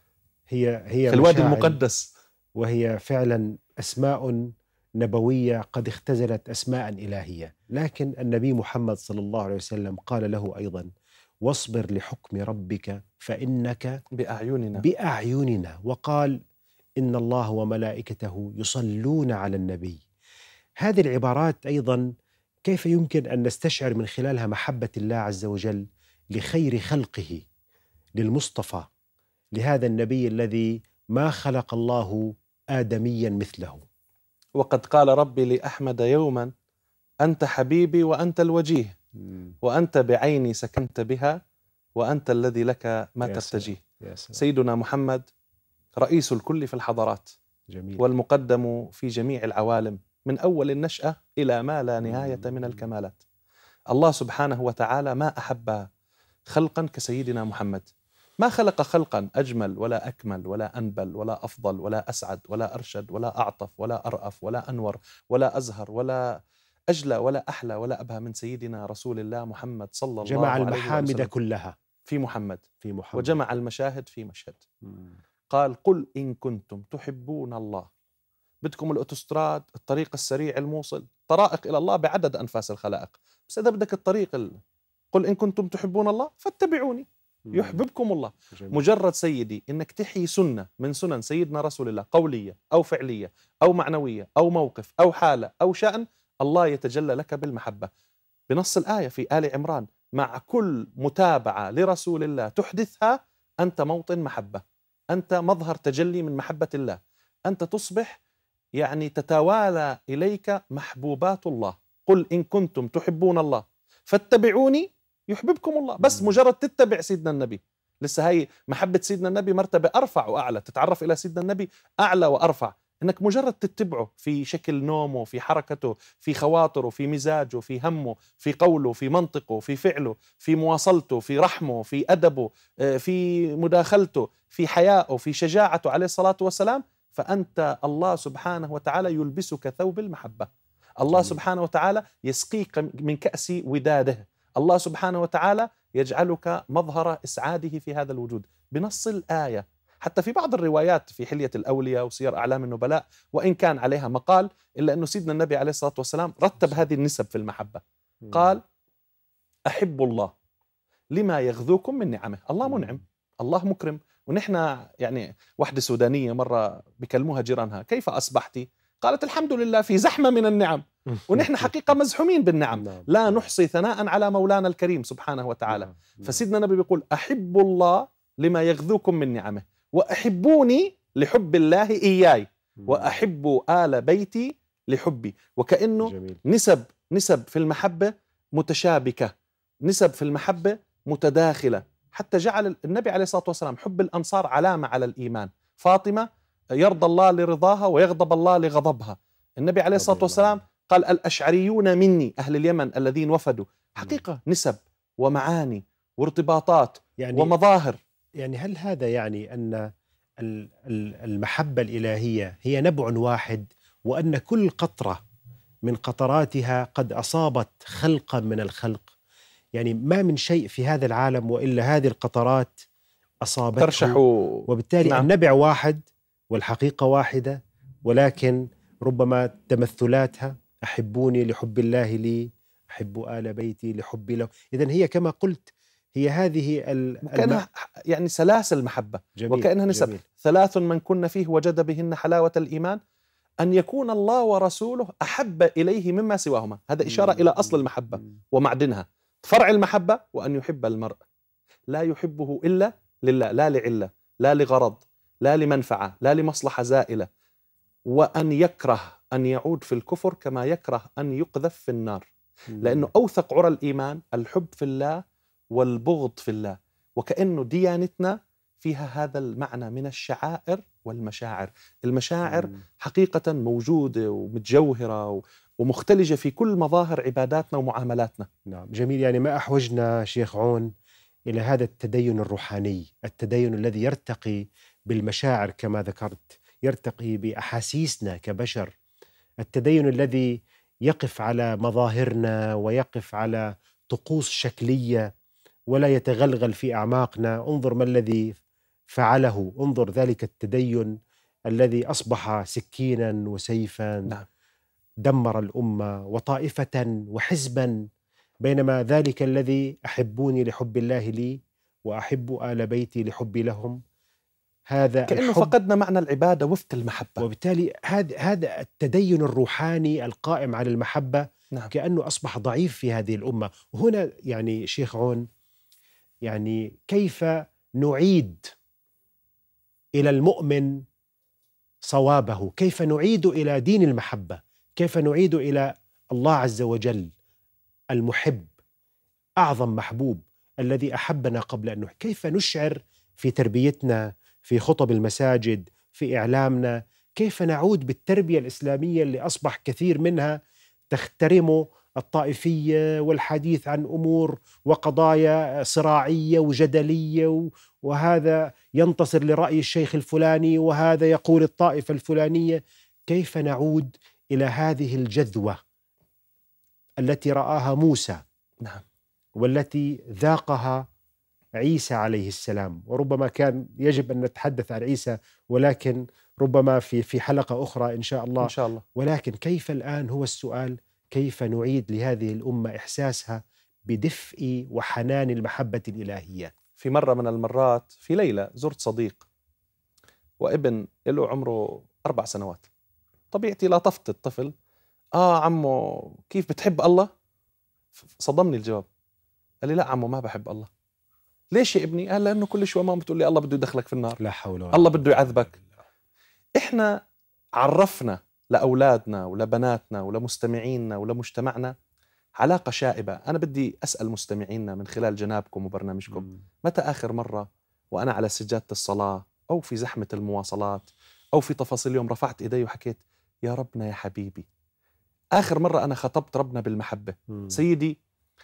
هي هي في الوادي مشاعر، المقدس. وهي فعلا أسماء نبوية قد اختزلت أسماء إلهية، لكن النبي محمد صلى الله عليه وسلم قال له أيضا: واصبر لحكم ربك فإنك بأعيننا. بأعيننا، وقال: إن الله وملائكته يصلون على النبي. هذه العبارات أيضا كيف يمكن أن نستشعر من خلالها محبة الله عز وجل لخير خلقه، للمصطفى، لهذا النبي الذي ما خلق الله آدميا مثله. وقد قال ربي لأحمد يوما: أنت حبيبي وأنت الوجيه، وأنت بعيني سكنت بها، وأنت الذي لك ما ترتجيه. سيدنا محمد رئيس الكل في الحضارات، جميل. والمقدم في جميع العوالم من أول النشأة إلى ما لا نهاية من الكمالات. الله سبحانه وتعالى ما أحب خلقا كسيدنا محمد، ما خلق خلقا أجمل ولا أكمل ولا أنبل ولا أفضل ولا أسعد ولا أرشد ولا أعطف ولا أرأف ولا أنور ولا أزهر ولا أجلى ولا أحلى ولا أبهى من سيدنا رسول الله محمد صلى الله عليه وسلم. جمع المحامد كلها في محمد في محمد وجمع المشاهد في مشهد. مم. قال: قل إن كنتم تحبون الله. بدكم الأوتوستراد، الطريق السريع الموصل، طرائق إلى الله بعدد أنفاس الخلائق، بس إذا بدك الطريق ال... قل إن كنتم تحبون الله فاتبعوني يحببكم الله. جميل. مجرد سيدي إنك تحيي سنة من سنن سيدنا رسول الله، قولية أو فعلية أو معنوية أو موقف أو حالة أو شأن، الله يتجلى لك بالمحبة. بنص الآية في آل عمران: مع كل متابعة لرسول الله تحدثها أنت موطن محبة، أنت مظهر تجلي من محبة الله، أنت تصبح يعني تتوالى إليك محبوبات الله. قل إن كنتم تحبون الله فاتبعوني يحببكم الله. بس مجرد تتبع سيدنا النبي، لسه هاي محبة سيدنا النبي مرتبة أرفع وأعلى، تتعرف إلى سيدنا النبي أعلى وأرفع، إنك مجرد تتبعه في شكل نومه، في حركته، في خواطره، في مزاجه، في همه، في قوله، في منطقه، في فعله، في مواصلته، في رحمه، في أدبه، في مداخلته، في حيائه، في شجاعته عليه الصلاة والسلام، فأنت الله سبحانه وتعالى يلبسك ثوب المحبة. الله سبحانه وتعالى يسقيك من كأس وداده. الله سبحانه وتعالى يجعلك مظهر إسعاده في هذا الوجود بنص الآية. حتى في بعض الروايات في حلية الأولياء وسير أعلام النبلاء، وإن كان عليها مقال، إلا أنه سيدنا النبي عليه الصلاة والسلام رتب هذه النسب في المحبة. قال: أحب الله لما يغذوكم من نعمه. الله منعم، الله مكرم. ونحن يعني واحدة سودانية مرة بكلموها جيرانها: كيف أصبحتي؟ قالت: الحمد لله في زحمة من النعم. ونحن حقيقة مزحومين بالنعم، لا نحصي ثناء على مولانا الكريم سبحانه وتعالى. فسيدنا النبي بيقول: أحب الله لما يغذوكم من نعمه، وأحبوني لحب الله إياي، وأحبوا آل بيتي لحبي. وكأنه جميل. نسب نسب في المحبة متشابكة، نسب في المحبة متداخلة، حتى جعل النبي عليه الصلاة والسلام حب الأنصار علامة على الإيمان. فاطمة يرضى الله لرضاها ويغضب الله لغضبها. النبي عليه الصلاة والسلام قال: الأشعريون مني، أهل اليمن الذين وفدوا. حقيقة نسب ومعاني وارتباطات يعني ومظاهر. يعني هل هذا يعني أن المحبة الإلهية هي نبع واحد، وأن كل قطرة من قطراتها قد أصابت خلقا من الخلق؟ يعني ما من شيء في هذا العالم وإلا هذه القطرات أصابته ترشح، وبالتالي نعم. النبع واحد والحقيقة واحدة، ولكن ربما تمثلاتها: أحبوني لحب الله لي، أحب آل بيتي لحبي له. إذن هي كما قلت هي هذه وكأنها يعني سلاسل محبة. جميل. وكأنها نسب. جميل. ثلاث من كن فيه وجد بهن حلاوة الإيمان: أن يكون الله ورسوله أحب إليه مما سواهما. هذا إشارة إلى أصل المحبة ومعدنها، فرع المحبة، وأن يحب المرء لا يحبه إلا لله، لا لعلة، لا لغرض، لا لمنفعة، لا لمصلحة زائلة، وأن يكره أن يعود في الكفر كما يكره أن يقذف في النار. لأنه أوثق عرى الإيمان الحب في الله والبغض في الله. وكأنه ديانتنا فيها هذا المعنى من الشعائر والمشاعر. المشاعر حقيقة موجودة ومتجوهرة ومختلجة في كل مظاهر عباداتنا ومعاملاتنا. نعم، جميل. يعني ما أحوجنا شيخ عون إلى هذا التدين الروحاني، التدين الذي يرتقي بالمشاعر كما ذكرت، يرتقي بأحاسيسنا كبشر، التدين الذي يقف على مظاهرنا ويقف على طقوس شكلية ولا يتغلغل في أعماقنا. انظر ما الذي فعله، انظر ذلك التدين الذي أصبح سكينا وسيفا. نعم. دمر الأمة وطائفة وحزبا، بينما ذلك الذي أحبوني لحب الله لي وأحب آل بيتي لحبي لهم، هذا كأنه الحب. فقدنا معنى العبادة وفق المحبة. وبالتالي هذا هذا التدين الروحاني القائم على المحبة نعم. كأنه أصبح ضعيف في هذه الأمة. وهنا يعني شيخ عون، يعني كيف نعيد إلى المؤمن صوابه، كيف نعيد إلى دين المحبة، كيف نعيد إلى الله عز وجل المحب، أعظم محبوب الذي أحبنا قبل أن نحب. كيف نشعر في تربيتنا، في خطب المساجد، في إعلامنا، كيف نعود بالتربية الإسلامية اللي أصبح كثير منها تخترم الطائفية والحديث عن أمور وقضايا صراعية وجدلية، وهذا ينتصر لرأي الشيخ الفلاني وهذا يقول الطائفة الفلانية. كيف نعود إلى هذه الجذوة التي رآها موسى؟ نعم. والتي ذاقها عيسى عليه السلام. وربما كان يجب أن نتحدث عن عيسى، ولكن ربما في في حلقة أخرى إن شاء الله. إن شاء الله. ولكن كيف الآن هو السؤال، كيف نعيد لهذه الأمة إحساسها بدفء وحنان المحبة الإلهية؟ في مرة من المرات في ليلة زرت صديق وابن له عمره أربع سنوات. طبيعتي لاطفت الطفل، آه عمو كيف بتحب الله؟ صدمني الجواب. قال لي لا عمو ما بحب الله. ليش يا ابني؟ قال لأنه كل شوي ماما بتقول لي الله بده يدخلك في النار، لا حول ولا الله بده يعذبك. إحنا عرفنا لأولادنا ولبناتنا ولمستمعينا ولمجتمعنا علاقة شائبة. أنا بدي أسأل مستمعينا من خلال جنابكم وبرنامجكم، مم. متى آخر مرة وأنا على سجادة الصلاة أو في زحمة المواصلات أو في تفاصيل اليوم رفعت إيدي وحكيت يا ربنا يا حبيبي؟ آخر مرة أنا خطبت ربنا بالمحبة. مم. سيدي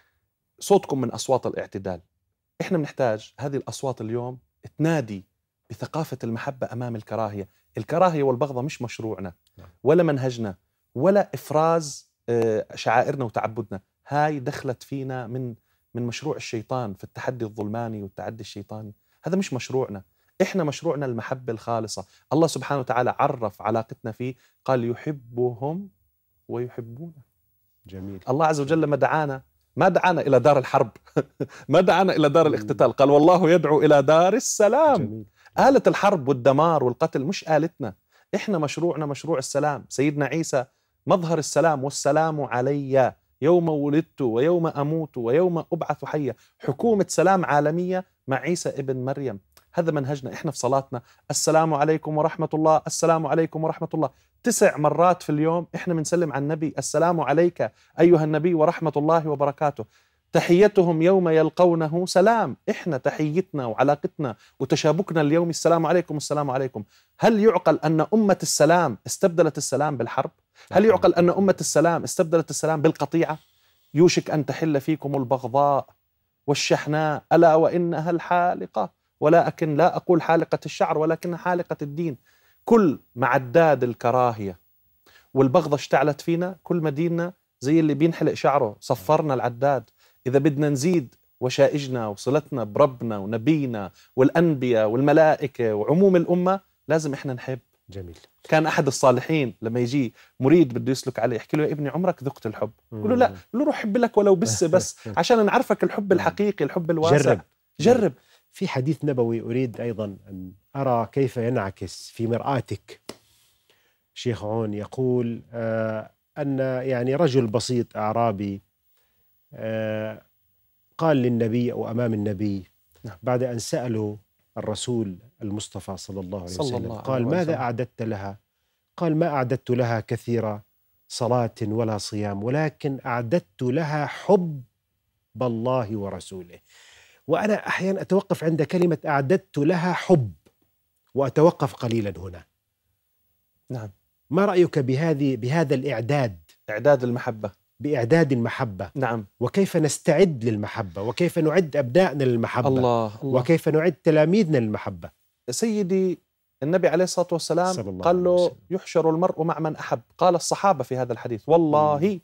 صوتكم من أصوات الاعتدال. إحنا بنحتاج هذه الأصوات اليوم تنادي بثقافة المحبة أمام الكراهية. الكراهية والبغضة مش مشروعنا ولا منهجنا ولا إفراز شعائرنا وتعبدنا. هاي دخلت فينا من من مشروع الشيطان في التحدي الظلماني والتعدي الشيطاني. هذا مش مشروعنا. إحنا مشروعنا المحبة الخالصة. الله سبحانه وتعالى عرف علاقتنا فيه، قال يحبهم ويحبونه. جميل. الله عز وجل ما دعانا ما دعانا إلى دار الحرب ما دعانا إلى دار الاقتتال، قال والله يدعو إلى دار السلام. جميل. آلة الحرب والدمار والقتل مش آلتنا. إحنا مشروعنا مشروع السلام. سيدنا عيسى مظهر السلام، والسلام علي يوم ولدت ويوم أموت ويوم أبعث حيا. حكومة سلام عالمية مع عيسى ابن مريم. هذا منهجنا. إحنا في صلاتنا السلام عليكم ورحمة الله، السلام عليكم ورحمة الله. تسع مرات في اليوم إحنا بنسلم على النبي، السلام عليك أيها النبي ورحمة الله وبركاته. تحيتهم يوم يلقونه سلام. إحنا تحيتنا وعلاقتنا وتشابكنا اليوم السلام عليكم السلام عليكم. هل يعقل أن أمة السلام استبدلت السلام بالحرب؟ هل يعقل أن أمة السلام استبدلت السلام بالقطيعة؟ يوشك أن تحل فيكم البغضاء والشحناء ألا وإنها الحالقة، ولكن لا أقول حالقة الشعر ولكن حالقة الدين. كل معداد الكراهية والبغضة اشتعلت فينا، كل مدينة زي اللي بينحلق شعره صفرنا العداد. إذا بدنا نزيد وشائجنا وصلتنا بربنا ونبينا والأنبياء والملائكة وعموم الأمة لازم إحنا نحب. جميل. كان أحد الصالحين لما يجي مريد بده يسلك عليه يحكي له يا ابني عمرك ذقت الحب؟ يقول له لا. يقول له روح حب لك ولو بس بس عشان نعرفك الحب الحقيقي، الحب الواسع. جرب. جرب. في حديث نبوي أريد أيضا أن أرى كيف ينعكس في مرآتك شيخ عون. يقول آه أن يعني رجل بسيط أعرابي آه قال للنبي أو أمام النبي نعم. بعد أن سألوا الرسول المصطفى صلى الله عليه صلى وسلم الله قال عليه ماذا وسلم. أعددت لها؟ قال ما أعددت لها كثير صلاة ولا صيام، ولكن أعددت لها حب الله ورسوله. وأنا أحيانا أتوقف عند كلمة أعددت لها حب وأتوقف قليلا هنا. نعم. ما رأيك بهذه بهذا الإعداد؟ إعداد المحبة، بإعداد المحبة. نعم. وكيف نستعد للمحبة، وكيف نعد أبنائنا للمحبة، الله الله. وكيف نعد تلاميذنا للمحبة. سيدي النبي عليه الصلاة والسلام قال له يحشر المرء مع من أحب. قال الصحابة في هذا الحديث والله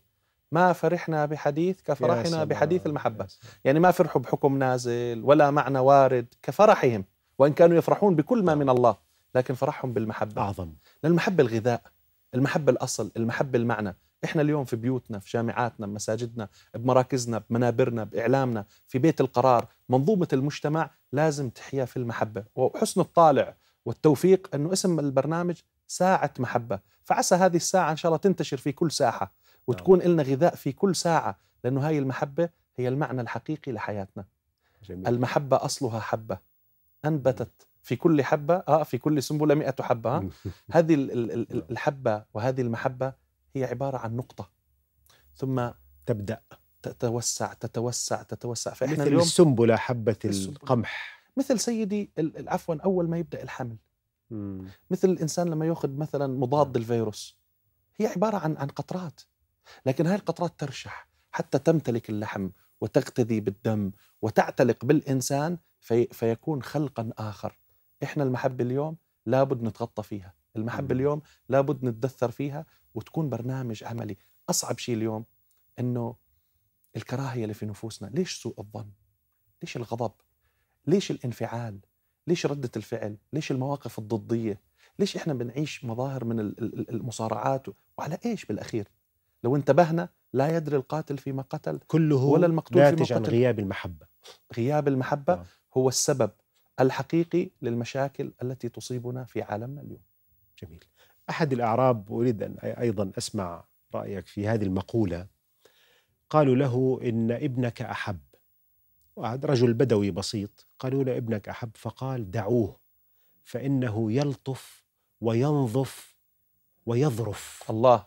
ما فرحنا بحديث يا كفرحنا سلام، بحديث يا المحبة. سلام. يعني ما فرحوا بحكم نازل ولا معنى وارد كفرحهم، وإن كانوا يفرحون بكل ما من الله، لكن فرحهم بالمحبة. أعظم. للمحبة الغذاء، المحبة الأصل، المحبة المعنى. إحنا اليوم في بيوتنا، في جامعاتنا، بمساجدنا، بمراكزنا، بمنابرنا، بإعلامنا، في بيت القرار، منظومة المجتمع لازم تحيا في المحبة. وحسن الطالع والتوفيق أنه اسم البرنامج ساعة محبة، فعسى هذه الساعة إن شاء الله تنتشر في كل ساحة وتكون لنا غذاء في كل ساعة، لأنه هاي المحبة هي المعنى الحقيقي لحياتنا. جميل. المحبة أصلها حبة أنبتت في كل حبة آه في كل سنبلة مئة حبة. آه. هذه الحبة وهذه المحبة هي عبارة عن نقطة ثم تبدأ تتوسع تتوسع تتوسع. فإحنا مثل اليوم السنبلة حبة السنبلة. القمح. مثل سيدي عفوا أول ما يبدأ الحمل، مم. مثل الإنسان لما يأخذ مثلا مضاد نعم. الفيروس، هي عبارة عن عن قطرات، لكن هاي القطرات ترشح حتى تمتلك اللحم وتغتذي بالدم وتعتلق بالإنسان في فيكون خلقا آخر. إحنا المحبة اليوم لابد نتغطى فيها، المحبة مم. اليوم لابد نتدثر فيها وتكون برنامج عملي. أصعب شيء اليوم إنه الكراهية اللي في نفوسنا. ليش سوء الظن؟ ليش الغضب؟ ليش الانفعال؟ ليش ردة الفعل؟ ليش المواقف الضدية؟ ليش إحنا بنعيش مظاهر من المصارعات؟ وعلى إيش بالأخير؟ لو انتبهنا لا يدري القاتل فيما قتل كله ولا المقتول فيما ناتج عن قتل. غياب المحبة. غياب المحبة نعم. هو السبب الحقيقي للمشاكل التي تصيبنا في عالمنا اليوم. جميل. أحد الأعراب، أريد أن أيضا أسمع رأيك في هذه المقولة، قالوا له إن ابنك أحب، واحد رجل بدوي بسيط، قالوا له ابنك أحب، فقال دعوه فإنه يلطف وينظف ويظرف. الله.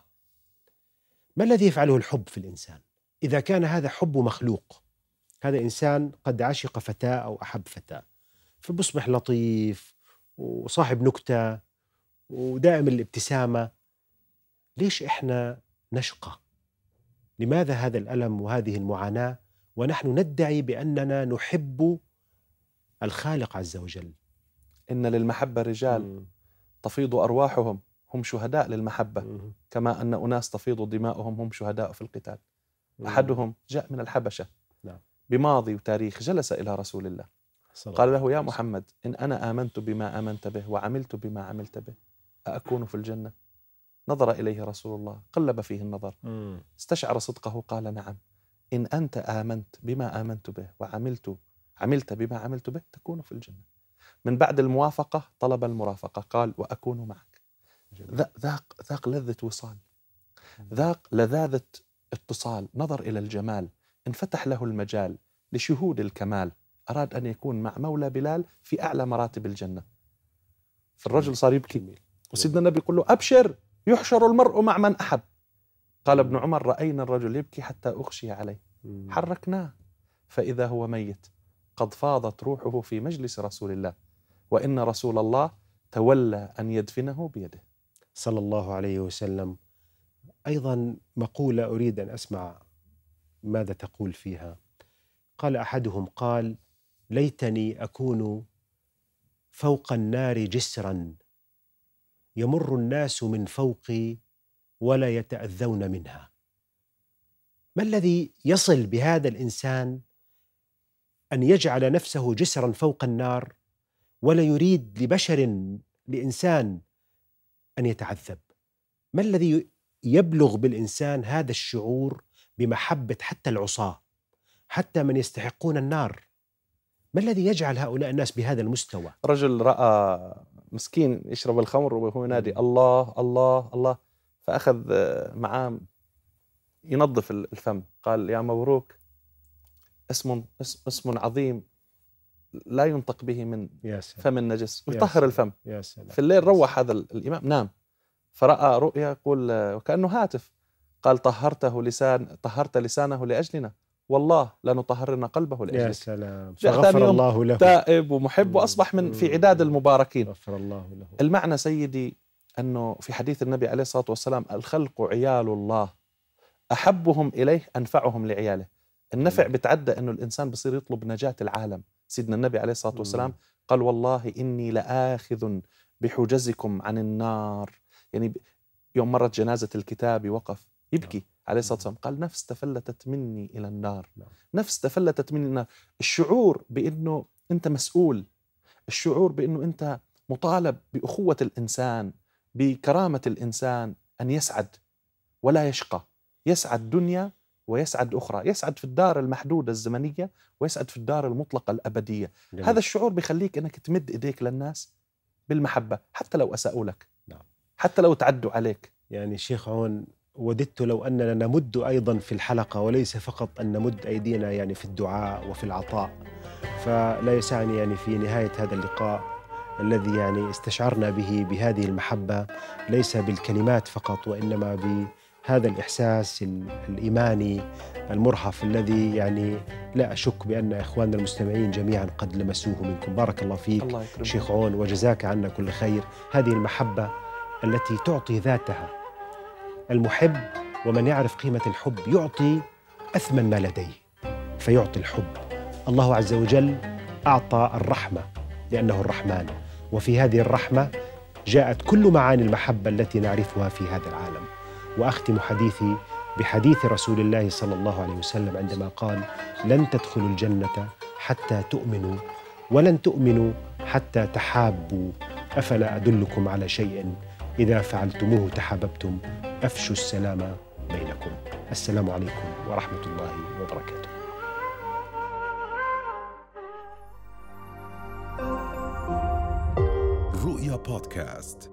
ما الذي يفعله الحب في الإنسان؟ إذا كان هذا حب مخلوق، هذا إنسان قد عشق فتاة أو أحب فتاة، فبصبح لطيف وصاحب نكتة ودائم الابتسامة. ليش إحنا نشقى؟ لماذا هذا الألم وهذه المعاناة ونحن ندعي بأننا نحب الخالق عز وجل؟ إن للمحبة رجال مم. تفيض أرواحهم هم شهداء للمحبة، مم. كما أن أناس تفيض دماؤهم هم شهداء في القتال. مم. أحدهم جاء من الحبشة نعم. بماضي وتاريخ، جلس إلى رسول الله صلى قال الله له يا عليه وسلم. محمد إن أنا آمنت بما آمنت به وعملت بما عملت به أأكون في الجنة؟ نظر إليه رسول الله قلب فيه النظر، مم. استشعر صدقه، قال نعم، إن أنت آمنت بما آمنت به وعملت عملت بما عملت به تكون في الجنة. من بعد الموافقة طلب المرافقة، قال وأكون معك. ذاق ذاق لذة وصال، ذاق لذاذة اتصال، نظر إلى الجمال، انفتح له المجال لشهود الكمال، أراد أن يكون مع مولى بلال في أعلى مراتب الجنة. فالرجل صار يبكي، وسيدنا النبي يقول له أبشر يحشر المرء مع من أحب. قال ابن عمر رأينا الرجل يبكي حتى أغشي عليه، حركناه فإذا هو ميت قد فاضت روحه في مجلس رسول الله، وإن رسول الله تولى أن يدفنه بيده صلى الله عليه وسلم. أيضا مقولة أريد أن أسمع ماذا تقول فيها. قال أحدهم قال ليتني أكون فوق النار جسرا يمر الناس من فوقي ولا يتأذون منها. ما الذي يصل بهذا الإنسان أن يجعل نفسه جسرا فوق النار ولا يريد لبشر لإنسان أن يتعذب؟ ما الذي يبلغ بالإنسان هذا الشعور بمحبة حتى العصاة، حتى من يستحقون النار؟ ما الذي يجعل هؤلاء الناس بهذا المستوى؟ رجل رأى مسكين يشرب الخمر وهو ينادي الله الله الله، فأخذ معاه ينظف الفم، قال يا مبروك، اسم اسم عظيم لا ينطق به من فم النجس ويطهر الفم. في الليل روح هذا الإمام نام، فرأى رؤيا يقول وكأنه هاتف، قال طهرته لسان طهرت لسانه لأجلنا، والله لنطهرن قلبه لأجلك. يا سلام. فغفر الله له، تائب ومحب وأصبح من في عداد المباركين. غفر الله له. المعنى سيدي أنه في حديث النبي عليه الصلاة والسلام الخلق عيال الله أحبهم إليه أنفعهم لعياله. النفع بتعدى أنه الإنسان بصير يطلب نجاة العالم. سيدنا النبي عليه الصلاة والسلام قال والله إني لآخذ بحجزكم عن النار. يعني يوم مرت جنازة الكتاب وقف يبكي، عليه الصلاة والسلام قال نفس تفلتت مني إلى النار. نعم. نفس تفلتت مني النار. الشعور بأنه أنت مسؤول، الشعور بأنه أنت مطالب بأخوة الإنسان، بكرامة الإنسان، أن يسعد ولا يشقى، يسعد دنيا ويسعد أخرى، يسعد في الدار المحدودة الزمنية ويسعد في الدار المطلقة الأبدية. جميل. هذا الشعور بيخليك أنك تمد إيديك للناس بالمحبة حتى لو أساءوا لك. نعم. حتى لو تعدوا عليك. يعني شيخ عون، وددت لو أننا نمد أيضا في الحلقة وليس فقط أن نمد أيدينا يعني في الدعاء وفي العطاء. فلا يسعني يعني في نهاية هذا اللقاء الذي يعني استشعرنا به بهذه المحبة ليس بالكلمات فقط، وإنما بهذا الإحساس الإيماني المرهف الذي يعني لا أشك بأن إخواننا المستمعين جميعا قد لمسوه منكم. بارك الله فيك الله يكرمك. شيخ عون، وجزاك عنا كل خير. هذه المحبة التي تعطي ذاتها. المحب ومن يعرف قيمة الحب يعطي أثمن ما لديه فيعطي الحب. الله عز وجل أعطى الرحمة لأنه الرحمن، وفي هذه الرحمة جاءت كل معاني المحبة التي نعرفها في هذا العالم. وأختم حديثي بحديث رسول الله صلى الله عليه وسلم عندما قال: لن تدخلوا الجنة حتى تؤمنوا ولن تؤمنوا حتى تحابوا، أفلا أدلكم على شيء إذا فعلتموه تحاببتم، أفشوا السلام بينكم. السلام عليكم ورحمة الله وبركاته. رؤيا بودكاست.